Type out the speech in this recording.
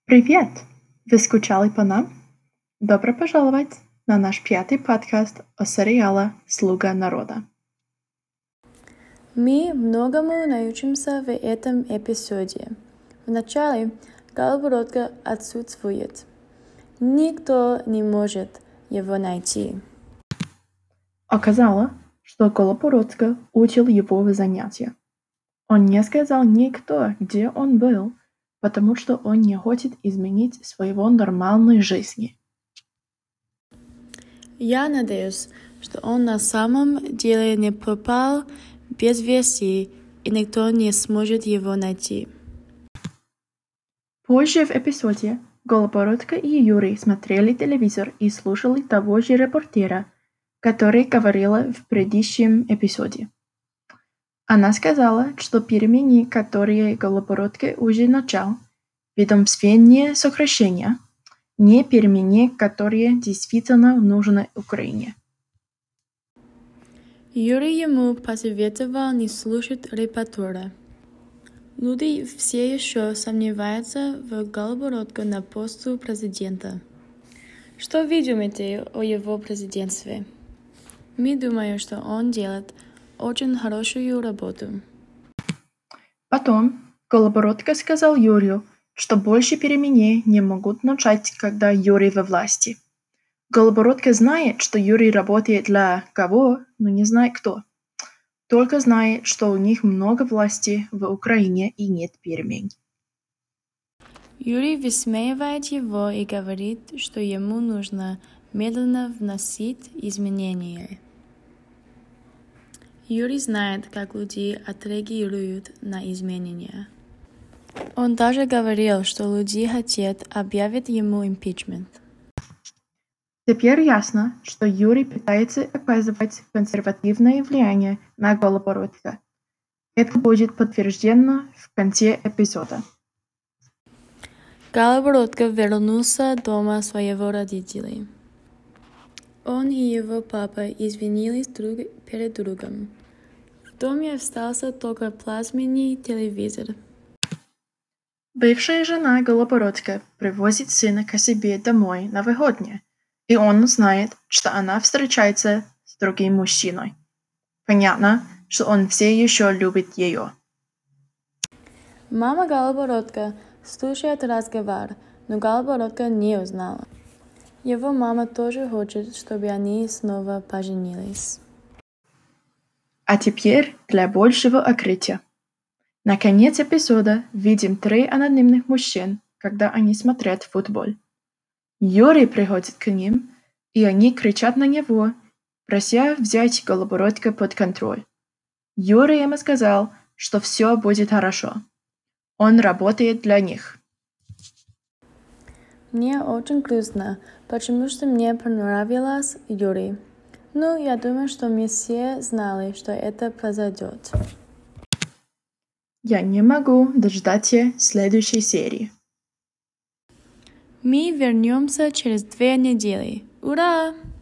Привет! Вы скучали по нам? Добро пожаловать на наш 5-й подкаст о сериале «Слуга народа». Мы многому научимся в этом эпизоде. Вначале Голобородько отсутствует. Никто не может его найти. Оказалось, что Голобородько учил его в занятия. Он не сказал никто, где он был, потому что он не хочет изменить своего нормальной жизни. Я надеюсь, что он на самом деле не пропал без вести, и никто не сможет его найти. Позже в эпизоде Голобородько и Юрий смотрели телевизор и слушали того же репортера, который говорила в предыдущем эпизоде. Она сказала, что перемены, которые Голобородько уже начал, ведомственные сокращения, не перемены, которые действительно нужны Украине. Юрий ему посоветовал не слушать репортера. Люди все еще сомневаются в Голобородько на посту президента. Что вы думаете о его президентстве? Мы думаем, что он делает очень хорошую работу. Потом Голобородько сказал Юрию, что больше перемены не могут начать, когда Юрий во власти. Голобородько знает, что Юрий работает для кого, но не знает кто. Только знает, что у них много власти в Украине и нет перемен. Юрий высмеивает его и говорит, что ему нужно медленно вносить изменения. Юрий знает, как люди отреагируют на изменения. Он даже говорил, что люди хотят объявить ему импичмент. Теперь ясно, что Юрий пытается оказывать консервативное влияние на Голобородько. Это будет подтверждено в конце эпизода. Голобородько вернулся дома своего родителей. Он и его папа извинились друг перед другом. В доме остался только плазменный телевизор. Бывшая жена Голобородько привозит сына к себе домой на выходные, и он знает, что она встречается с другим мужчиной. Понятно, что он все еще любит ее. Мама Голобородько слушает разговор, но Голобородько не узнала. Его мама тоже хочет, чтобы они снова поженились. А теперь для большего открытия. На конец эпизода видим 3 анонимных мужчин, когда они смотрят футбол. Юрий приходит к ним, и они кричат на него, прося взять Голобородько под контроль. Юрий ему сказал, что все будет хорошо. Он работает для них. Мне очень грустно, потому что мне понравилось Юрий. Но я думаю, что мы все знали, что это произойдет. Я не могу дождаться следующей серии. Мы вернемся через 2 недели. Ура!